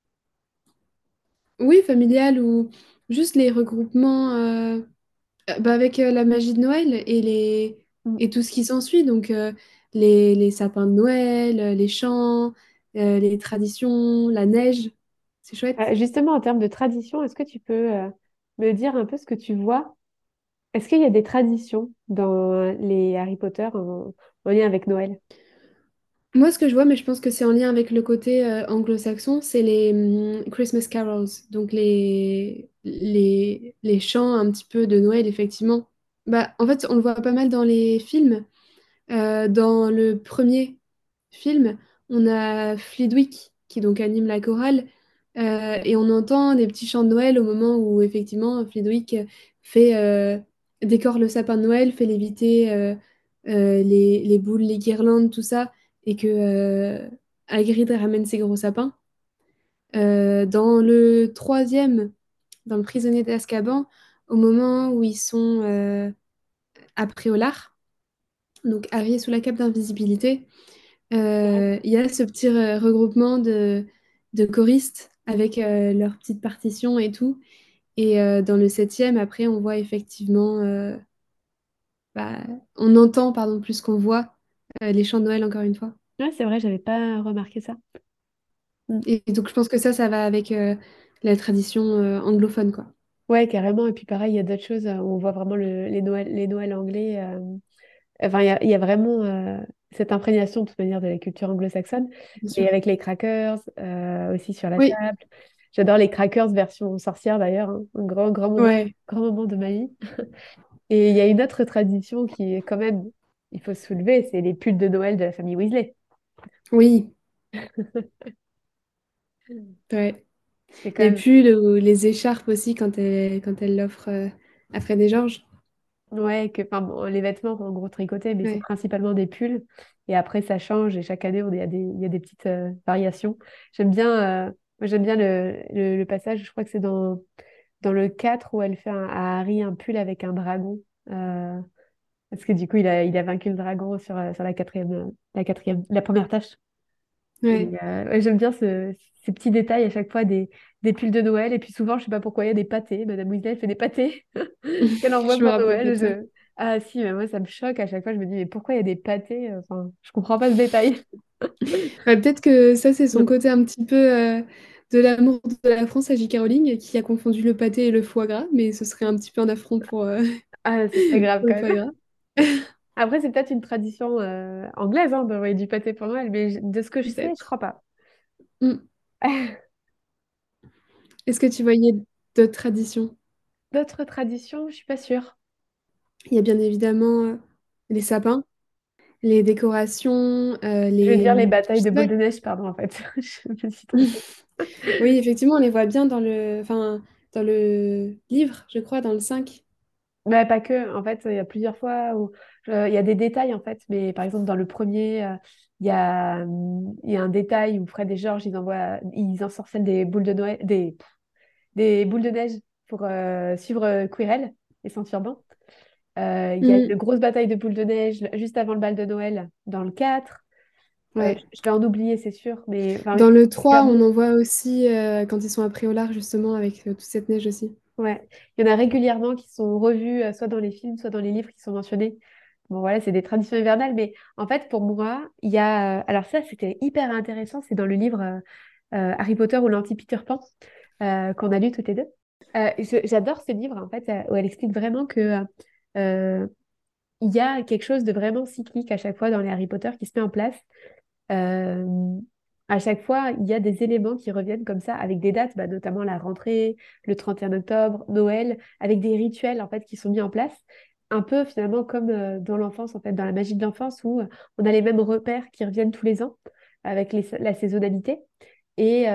Oui, familial ou juste les regroupements avec la magie de Noël Mm. et tout ce qui s'ensuit. Donc, les sapins de Noël, les chants, les traditions, la neige. C'est chouette. Justement, en termes de tradition, est-ce que tu peux me dire un peu ce que tu vois? Est-ce qu'il y a des traditions dans les Harry Potter en lien avec Noël? Moi, ce que je vois, mais je pense que c'est en lien avec le côté anglo-saxon, c'est les Christmas carols, donc les chants un petit peu de Noël, effectivement. Bah, en fait, on le voit pas mal dans les films. Dans le premier film, on a Flitwick qui donc anime la chorale et on entend des petits chants de Noël au moment où effectivement Flitwick fait décore le sapin de Noël, fait léviter les boules, les guirlandes, tout ça, et que Hagrid ramène ses gros sapins. Dans le troisième, dans le prisonnier d'Azkaban, au moment où ils sont à Préolard, donc Harry est sous la cape d'invisibilité. Il y a ce petit regroupement de choristes avec leurs petites partitions et tout. Et dans le septième, après, on voit effectivement, bah, on entend, pardon, plus qu'on voit les chants de Noël, encore une fois. Ouais, c'est vrai, j'avais pas remarqué ça. Mm. Et donc, je pense que ça va avec la tradition anglophone, quoi. Ouais, carrément. Et puis pareil, il y a d'autres choses où on voit vraiment les Noëls anglais. Enfin, il y a vraiment cette imprégnation de toute manière de la culture anglo-saxonne, Bien mais sûr. avec les crackers aussi sur la Oui, table. J'adore les crackers version sorcière d'ailleurs, hein. Un ouais, grand moment de ma vie. Et il y a une autre tradition qui est quand même, il faut se soulever, c'est les pulls de Noël de la famille Weasley. oui, ouais. C'est quand Les même, pulls ou les écharpes aussi quand elle l'offre à Fred et Georges. ouais, enfin, bon, les vêtements en gros tricotés, mais c'est Ouais, principalement des pulls. Et après, ça change et chaque année, il y a des petites variations. J'aime bien, moi, j'aime bien le passage, je crois que c'est dans le 4 où elle fait à Harry un pull avec un dragon. Euh, Parce que du coup, il a vaincu le dragon sur la première tâche. Et, ouais. ouais, j'aime bien ces petits détails à chaque fois des pulls de Noël. Et puis souvent, je sais pas pourquoi, il y a des pâtés. Madame Weasley, elle fait des pâtés qu'elle envoie Je me pour rappelle pas Noël. de ça. Ah si, mais moi, ça me choque. À chaque fois, je me dis, mais pourquoi il y a des pâtés? Enfin, je comprends pas ce détail. Ouais, peut-être que ça, c'est son côté un petit peu de l'amour de la France à J.K. Rowling, qui a confondu le pâté et le foie gras, mais ce serait un petit peu un affront Ah, ce serait grave pour le quand foie même. gras. Après, c'est peut-être une tradition anglaise hein, d'envoyer du pâté pour Noël, mais de ce que je sais, je Peut-être. crois pas. Mm. Est-ce que tu voyais d'autres traditions? D'autres traditions, je suis pas sûre. Il y a bien évidemment les sapins, les décorations, Je veux les... dire les Je batailles de sais pas. boules de neige, pardon, en fait. Je me suis trompée. Oui, effectivement, on les voit bien dans le livre, je crois, dans le 5. Mais pas que, en fait, il y a plusieurs fois où il y a des détails, en fait. Mais par exemple, dans le premier, il y a un détail où Fred et George, ils ensorcellent des boules de Noël, des boules de neige pour suivre Quirrell et son turban. Il y a Mm. une grosse bataille de boules de neige juste avant le bal de Noël dans le 4. Ouais. Je vais en oublier, c'est sûr, mais enfin, Dans le il y 3, en a on en voit aussi quand ils sont à Préolard, justement, avec toute cette neige aussi. ouais. Il y en a régulièrement qui sont revus, soit dans les films, soit dans les livres qui sont mentionnés. Bon, voilà, c'est des traditions hivernales, mais en fait, pour moi, il y a. Alors, ça, c'était hyper intéressant, c'est dans le livre Harry Potter ou l'anti-Peter Pan, qu'on a lu toutes les deux. J'adore ce livre, en fait, où elle explique vraiment que euh, il y a quelque chose de vraiment cyclique à chaque fois dans les Harry Potter qui se met en place. Euh, à chaque fois, il y a des éléments qui reviennent comme ça, avec des dates, bah, notamment la rentrée, le 31 octobre, Noël, avec des rituels en fait qui sont mis en place, un peu finalement comme dans l'enfance, en fait, dans la magie de l'enfance, où on a les mêmes repères qui reviennent tous les ans, avec la saisonnalité. Et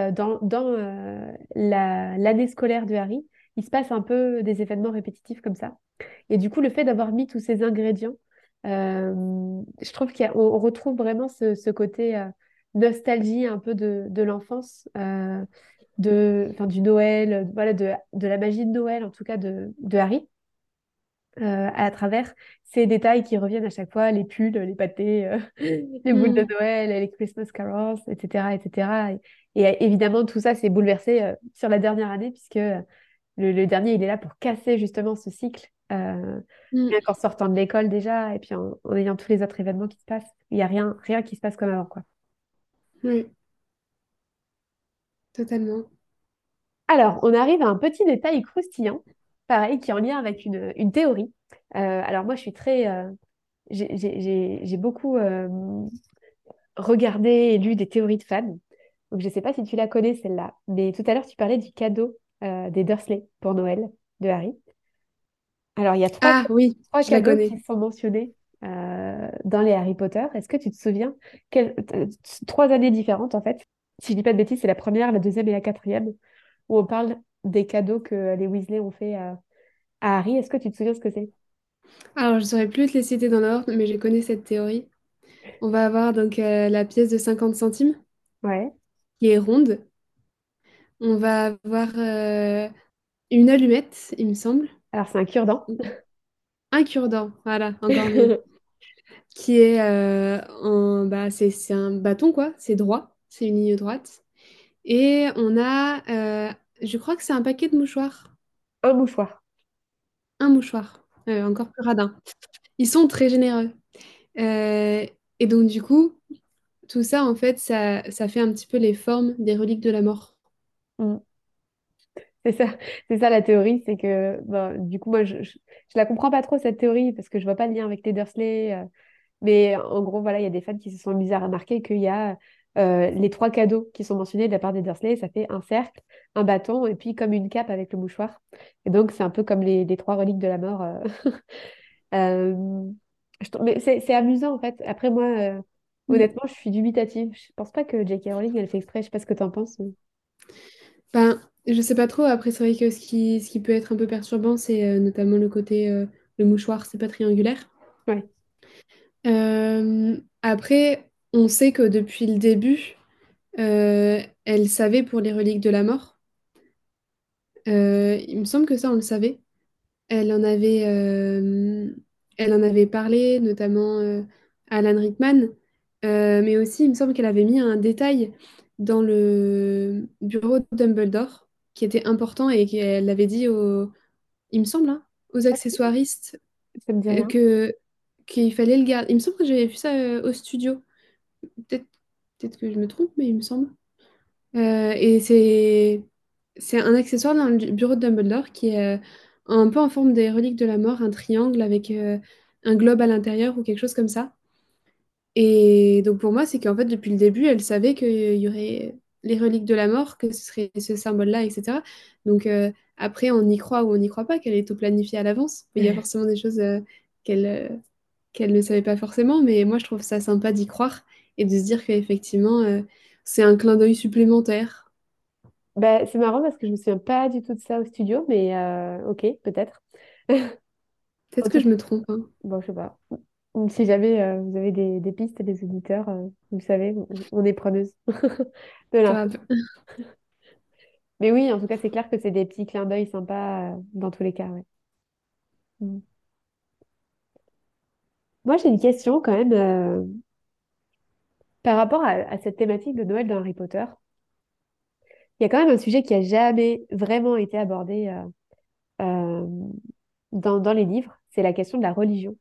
dans l'année scolaire de Harry, il se passe un peu des événements répétitifs comme ça. Et du coup, le fait d'avoir mis tous ces ingrédients, je trouve qu'on retrouve vraiment ce côté nostalgie un peu de l'enfance, enfin, du Noël, voilà, de la magie de Noël, en tout cas de Harry, à travers ces détails qui reviennent à chaque fois, les pulls, les pâtés, les boules de Mm. Noël, les Christmas carols, etc., etc. Et évidemment, tout ça s'est bouleversé sur la dernière année, puisque le dernier, il est là pour casser justement ce cycle. Mm. Rien qu'en sortant de l'école déjà, et puis en ayant tous les autres événements qui se passent. Il n'y a rien qui se passe comme avant, quoi. Oui, totalement. Alors, on arrive à un petit détail croustillant, pareil, qui est en lien avec une théorie. Alors moi, je suis très... j'ai beaucoup regardé et lu des théories de fans. Donc, je ne sais pas si tu la connais, celle-là. Mais tout à l'heure, tu parlais du cadeau des Dursley pour Noël de Harry. Alors, il y a Ah oui, trois je la cadeaux qui connais. sont mentionnés dans les Harry Potter. Est-ce que tu te souviens trois années différentes, en fait. Si je dis pas de bêtises, c'est la première, la deuxième et la quatrième, où on parle des cadeaux que les Weasley ont fait à Harry. Est-ce que tu te souviens ce que c'est? Alors, je ne saurais plus te les citer dans l'ordre, mais je connais cette théorie. On va avoir donc la pièce de 50 centimes, Ouais. qui est ronde. On va avoir une allumette, il me semble. Alors, c'est un cure-dent. Un cure-dent, voilà, encore mieux. Qui est bah, c'est un bâton, quoi. C'est droit, c'est une ligne droite. Et on a, je crois que c'est un paquet de mouchoirs. Un mouchoir. Un mouchoir, encore plus radin. Ils sont très généreux. Euh, et donc, du coup, tout ça, en fait, ça fait un petit peu les formes des reliques de la mort. Mm. C'est ça, c'est ça la théorie, c'est que bon, du coup moi je la comprends pas trop cette théorie parce que je vois pas le lien avec les Dursley, mais en gros voilà il y a des fans qui se sont mis à remarquer qu'il y a les trois cadeaux qui sont mentionnés de la part des Dursley, ça fait un cercle, un bâton et puis comme une cape avec le mouchoir. Et donc c'est un peu comme les trois reliques de la mort. Euh, mais c'est amusant en fait. Après moi Mm. honnêtement je suis dubitative. Je pense pas que J.K. Rowling elle fait exprès. Je sais pas ce que t'en penses. Ben, je sais pas trop. Après, c'est vrai que ce qui peut être un peu perturbant, c'est notamment le côté, le mouchoir, c'est pas triangulaire. Ouais. Après, on sait que depuis le début, elle savait pour les reliques de la mort. Il me semble que ça, on le savait. Elle en avait, euh, Elle en avait parlé, notamment à Alan Rickman. Mais aussi, il me semble qu'elle avait mis un détail dans le bureau de Dumbledore qui était important et qu'elle avait dit il me semble, hein, aux accessoiristes Ça me dit rien. que qu'il fallait le garder. Il me semble que j'avais vu ça au studio. Peut-être peut-être que je me trompe, mais il me semble. Et c'est un accessoire dans le bureau de Dumbledore qui est un peu en forme des reliques de la mort, un triangle avec un globe à l'intérieur ou quelque chose comme ça. Et donc pour moi, c'est qu'en fait, depuis le début, elle savait qu'il y aurait les reliques de la mort, que ce serait ce symbole-là, etc. Donc après, on y croit ou on n'y croit pas qu'elle est tout planifié à l'avance. Il y a forcément des choses qu'elle qu'elle ne savait pas forcément, mais moi, je trouve ça sympa d'y croire et de se dire qu'effectivement, c'est un clin d'œil supplémentaire. Bah, c'est marrant parce que je me souviens pas du tout de ça au studio, mais ok, peut-être. En Peut-être que tout je me trompe, hein. bon, je sais pas. Si jamais vous avez des pistes, des auditeurs, vous savez, on est preneuse de l'info. Grave. Mais oui, en tout cas, c'est clair que c'est des petits clins d'œil sympas dans tous les cas, ouais. Mm. Moi, j'ai une question quand même par rapport à cette thématique de Noël dans Harry Potter. Il y a quand même un sujet qui a jamais vraiment été abordé euh, dans les livres, c'est la question de la religion.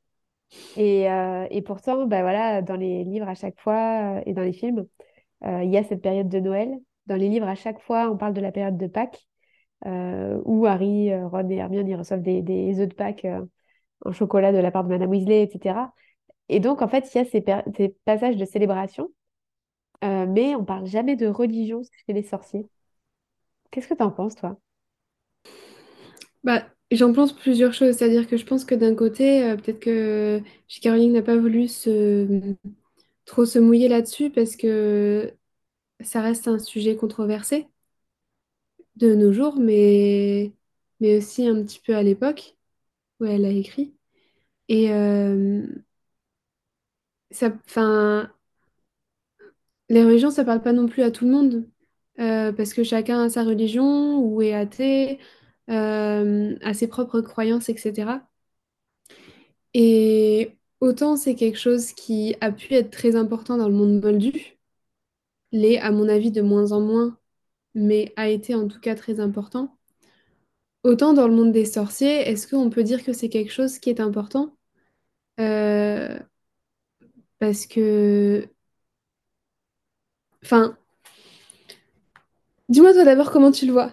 Et pourtant, bah voilà, dans les livres à chaque fois et dans les films, il y a cette période de Noël. Dans les livres, à chaque fois, on parle de la période de Pâques, où Harry, Ron et Hermione ils reçoivent des œufs de Pâques en chocolat de la part de Madame Weasley, etc. Et donc, en fait, il y a ces passages de célébration, mais on parle jamais de religion chez les sorciers. Qu'est-ce que tu en penses, toi? Bah, j'en pense plusieurs choses. C'est-à-dire que je pense que d'un côté, peut-être que J.K. Rowling n'a pas voulu trop se mouiller là-dessus parce que ça reste un sujet controversé de nos jours, mais aussi un petit peu à l'époque où elle a écrit. Et enfin, les religions, ça parle pas non plus à tout le monde, parce que chacun a sa religion ou est athée, a ses propres croyances, etc. Et autant c'est quelque chose qui a pu être très important dans le monde moldu, l'est à mon avis de moins en moins, mais a été en tout cas très important. Autant dans le monde des sorciers, est-ce qu'on peut dire que c'est quelque chose qui est important? Euh, Parce que, enfin, dis-moi toi d'abord comment tu le vois.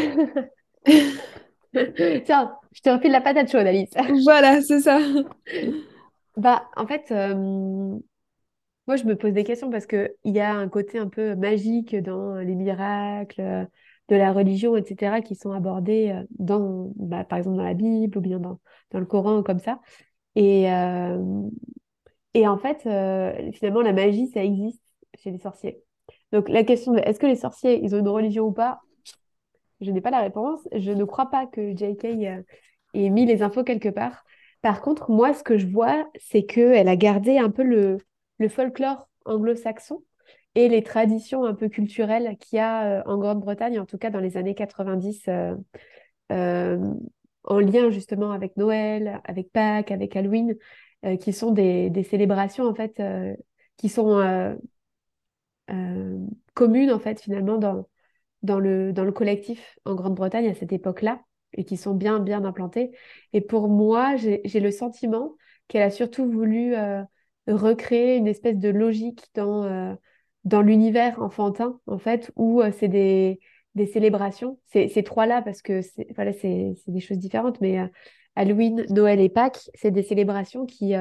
Tiens, je te refile la patate chaude, Alice. Voilà, c'est ça. Bah, en fait, Moi, je me pose des questions parce qu'il y a un côté un peu magique dans les miracles de la religion, etc., qui sont abordés par exemple, dans la Bible ou bien dans le Coran, comme ça. Et, euh, et en fait, finalement, la magie, ça existe chez les sorciers. Donc, la question de est-ce que les sorciers, ils ont une religion ou pas, je n'ai pas la réponse. Je ne crois pas que J.K. Ait mis les infos quelque part. Par contre, moi, ce que je vois, c'est qu'elle a gardé un peu le folklore anglo-saxon et les traditions un peu culturelles qu'il y a en Grande-Bretagne, en tout cas dans les années 90, euh, en lien justement avec Noël, avec Pâques, avec Halloween, qui sont des célébrations en fait qui sont euh, communes en fait finalement dans le collectif en Grande-Bretagne à cette époque-là et qui sont bien, bien implantés. Et pour moi, j'ai le sentiment qu'elle a surtout voulu recréer une espèce de logique dans l'univers enfantin, en fait, où c'est des célébrations. Ces trois-là, parce que voilà, c'est des choses différentes, mais Halloween, Noël et Pâques, c'est des célébrations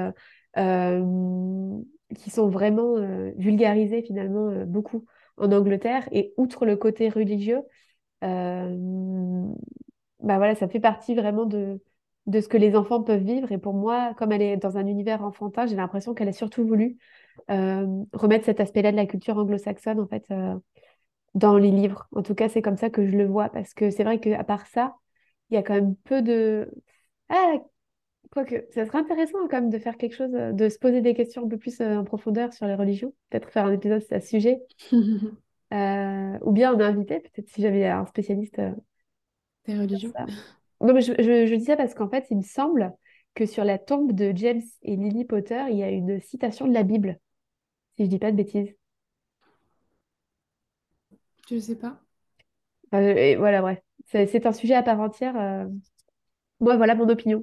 qui sont vraiment vulgarisées finalement beaucoup en Angleterre. Et outre le côté religieux, euh, bah voilà, ça fait partie vraiment de ce que les enfants peuvent vivre. Et pour moi, comme elle est dans un univers enfantin, j'ai l'impression qu'elle a surtout voulu remettre cet aspect-là de la culture anglo-saxonne, en fait, dans les livres. En tout cas, c'est comme ça que je le vois. Parce que c'est vrai qu'à part ça, il y a quand même peu de... Ah, quoique, ça serait intéressant quand même de faire quelque chose, de se poser des questions un peu plus en profondeur sur les religions. Peut-être faire un épisode à ce sujet. Ou bien un invité, peut-être si j'avais un spécialiste Tes sur religions. ça. Non, mais je dis ça parce qu'en fait, il me semble que sur la tombe de James et Lily Potter, il y a une citation de la Bible, si je dis pas de bêtises. Je sais pas. Et voilà, bref. C'est un sujet à part entière. Moi, voilà mon opinion.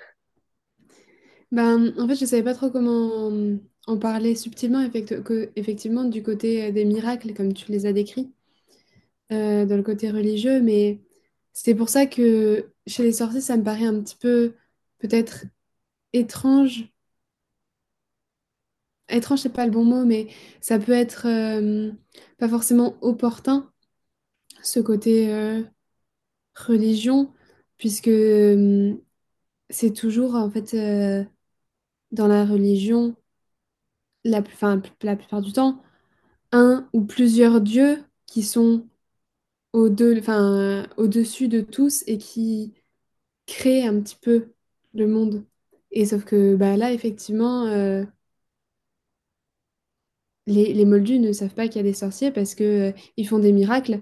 Ben, en fait, je savais pas trop comment en parler subtilement, effectivement, du côté des miracles, comme tu les as décrits, dans le côté religieux, mais c'est pour ça que chez les sorciers, ça me paraît un petit peu, peut-être, étrange. Étrange, c'est pas le bon mot, mais ça peut être pas forcément opportun, ce côté religion, puisque c'est toujours, en fait, dans la religion, la plupart du temps, un ou plusieurs dieux qui sont au-dessus de tous et qui créent un petit peu le monde. Et sauf que bah, là, effectivement, les Moldus ne savent pas qu'il y a des sorciers parce que, ils font des miracles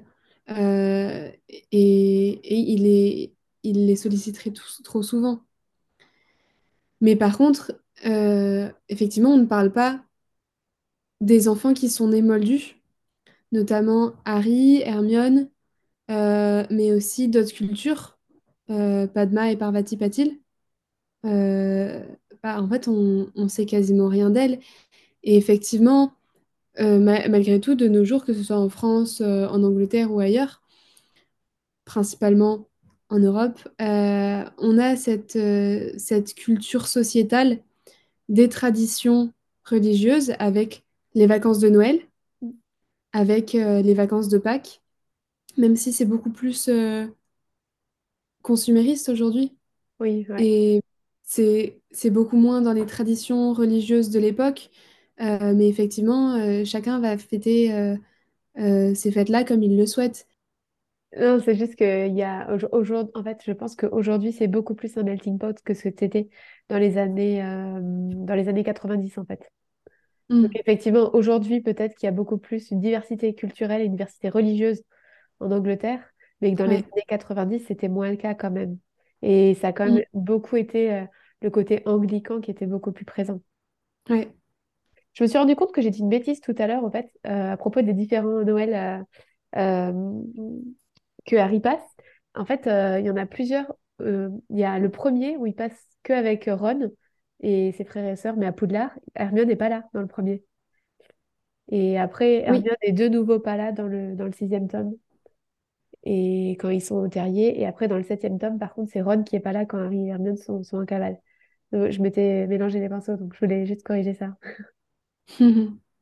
et ils les solliciteraient tous trop souvent. Mais par contre, effectivement, on ne parle pas des enfants qui sont nés Moldus, notamment Harry, Hermione, mais aussi d'autres cultures, Padma et Parvati Patil. Euh, Bah, en fait, on sait quasiment rien d'elles. Et effectivement, malgré tout, de nos jours, que ce soit en France, en Angleterre ou ailleurs, principalement en Europe, on a cette culture sociétale des traditions religieuses avec les vacances de Noël, avec les vacances de Pâques, même si c'est beaucoup plus consumériste aujourd'hui. Oui, ouais. Et c'est beaucoup moins dans les traditions religieuses de l'époque, mais effectivement, chacun va fêter ces fêtes-là comme il le souhaite. Non, c'est juste qu'il y a aujourd'hui, en fait, je pense qu'aujourd'hui, c'est beaucoup plus un melting pot que ce que c'était dans les années 90, en fait. Donc, Mm, effectivement, aujourd'hui, peut-être qu'il y a beaucoup plus une diversité culturelle et une diversité religieuse en Angleterre, mais que dans les ouais, années 90, c'était moins le cas quand même. Et ça a quand mm, même beaucoup été le côté anglican qui était beaucoup plus présent. ouais, Je me suis rendu compte que j'ai dit une bêtise tout à l'heure, en fait, à propos des différents Noëls euh, que Harry passe. En fait, il y en a plusieurs. Il y a le premier où il passe que avec Ron et ses frères et sœurs, mais à Poudlard. Hermione n'est pas là dans le premier. Et après, oui. Hermione et deux nouveaux pas là dans le sixième tome. Et quand ils sont au terrier. Et après, dans le septième tome, par contre, c'est Ron qui est pas là quand Harry et Hermione sont en cavale. Je m'étais mélangé les pinceaux, donc je voulais juste corriger ça.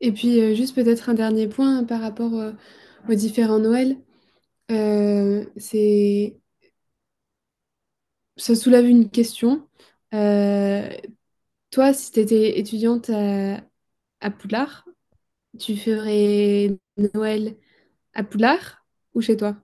Et puis, juste peut-être un dernier point par rapport aux différents Noëls. C'est Ça soulève une question. Euh, Toi, si tu étais étudiante à Poudlard, tu ferais Noël à Poudlard ou chez toi?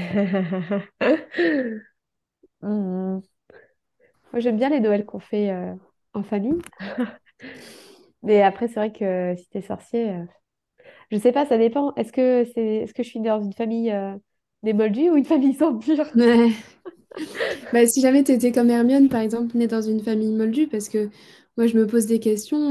Hmm. Moi, j'aime bien les Noëls qu'on fait en famille. Mais après, c'est vrai que si t'es sorcier, je sais pas, ça dépend. Est-ce que je suis dans une famille des Moldus ou une famille sans pur? Ouais. Bah, si jamais tu étais comme Hermione, par exemple, née dans une famille moldue, parce que moi, je me pose des questions.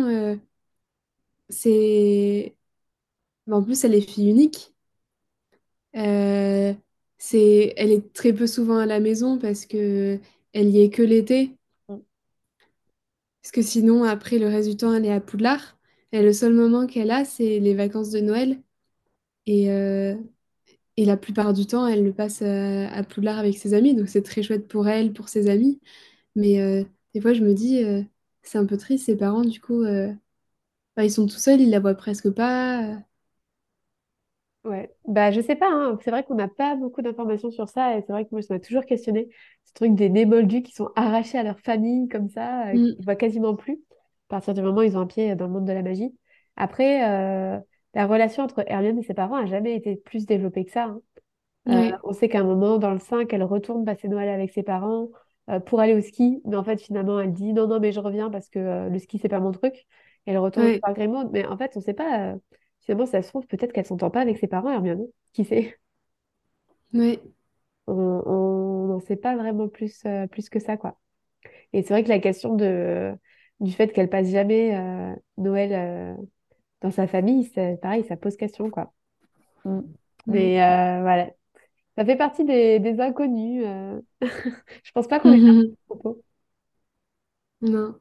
C'est... Bah, en plus, elle est fille unique. Euh, Elle est très peu souvent à la maison parce que elle y est que l'été. Parce que sinon, après, le reste du temps, elle est à Poudlard. Et le seul moment qu'elle a, c'est les vacances de Noël. Et, euh, et la plupart du temps, elle le passe à Poudlard avec ses amis. Donc, c'est très chouette pour elle, pour ses amis. Mais des fois, je me dis, c'est un peu triste, ses parents, du coup, bah, ils sont tout seuls, ils la voient presque pas. Ouais, bah je sais pas, hein. C'est vrai qu'on n'a pas beaucoup d'informations sur ça et c'est vrai que moi ça m'a toujours questionné ce truc des nés qui sont arrachés à leur famille comme ça, Mm. qu'ils voient quasiment plus à partir du moment où ils ont un pied dans le monde de la magie. Après, la relation entre Hermione et ses parents a jamais été plus développée que ça, hein. Ouais, On sait qu'à un moment dans le 5 elle retourne passer Noël avec ses parents pour aller au ski, mais en fait finalement elle dit non non mais je reviens parce que le ski c'est pas mon truc. Et elle retourne ouais, par Grimmauld, mais en fait on sait pas. Finalement, ça se trouve, peut-être qu'elle s'entend pas avec ses parents, Hermione. Qui sait? ouais. On n'en sait pas vraiment plus que ça, quoi. Et c'est vrai que la question du fait qu'elle passe jamais Noël dans sa famille, c'est pareil, ça pose question, quoi. Mm. Mm. Mais voilà, ça fait partie des inconnus. Je pense pas qu'on ait fait un propos. Non.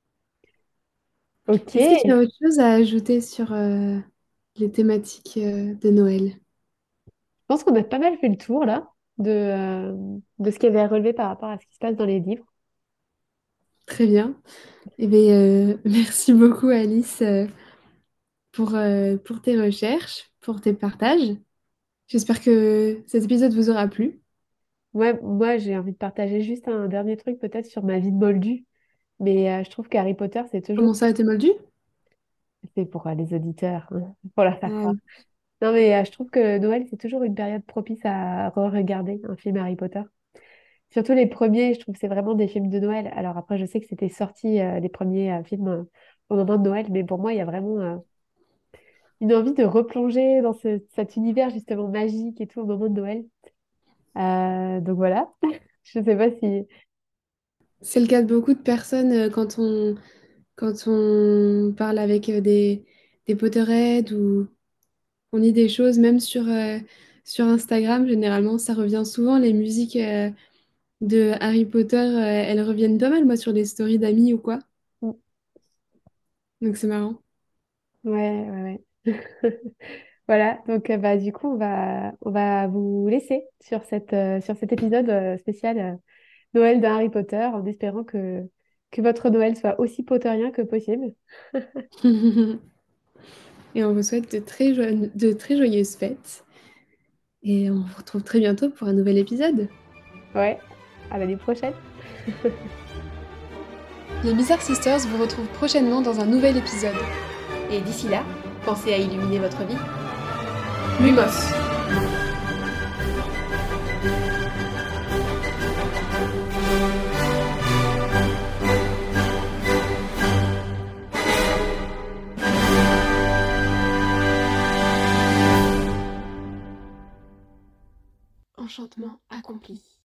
Ok, Est-ce que tu je as autre chose à ajouter sur les thématiques de Noël? pense qu'on a pas mal fait le tour, là, de ce qu'il y avait à relever par rapport à ce qui se passe dans les livres. Très bien. Eh bien, merci beaucoup, Alice, pour tes recherches, pour tes partages. J'espère que cet épisode vous aura plu. Moi, j'ai envie de partager juste un dernier truc peut-être sur ma vie de Moldu. Mais je trouve qu'Harry Potter, c'est toujours... Comment ça a été moldu? C'est pour les auditeurs, hein, pour leur faire croire. Oui. Non, mais je trouve que Noël, c'est toujours une période propice à re-regarder un film Harry Potter. Surtout les premiers, je trouve que c'est vraiment des films de Noël. Alors après, je sais que c'était sorti les premiers films au moment de Noël, mais pour moi, il y a vraiment une envie de replonger dans cet univers justement magique et tout au moment de Noël. Donc voilà, je sais pas si... C'est le cas de beaucoup de personnes quand on parle avec des Potterheads ou on lit des choses, même sur Instagram, généralement, ça revient souvent. Les musiques de Harry Potter, elles reviennent pas mal, moi, sur les stories d'amis ou quoi. Donc c'est marrant. Ouais, ouais, ouais. Voilà, donc bah, du coup, on va vous laisser sur cet épisode spécial Noël de Harry Potter en espérant que votre Noël soit aussi potterien que possible. Et on vous souhaite de très joyeuses fêtes. Et on vous retrouve très bientôt pour un nouvel épisode. Ouais, à l'année prochaine. Les Bizarre Sisters vous retrouvent prochainement dans un nouvel épisode. Et d'ici là, pensez à illuminer votre vie. Lumos. Enchantement accompli.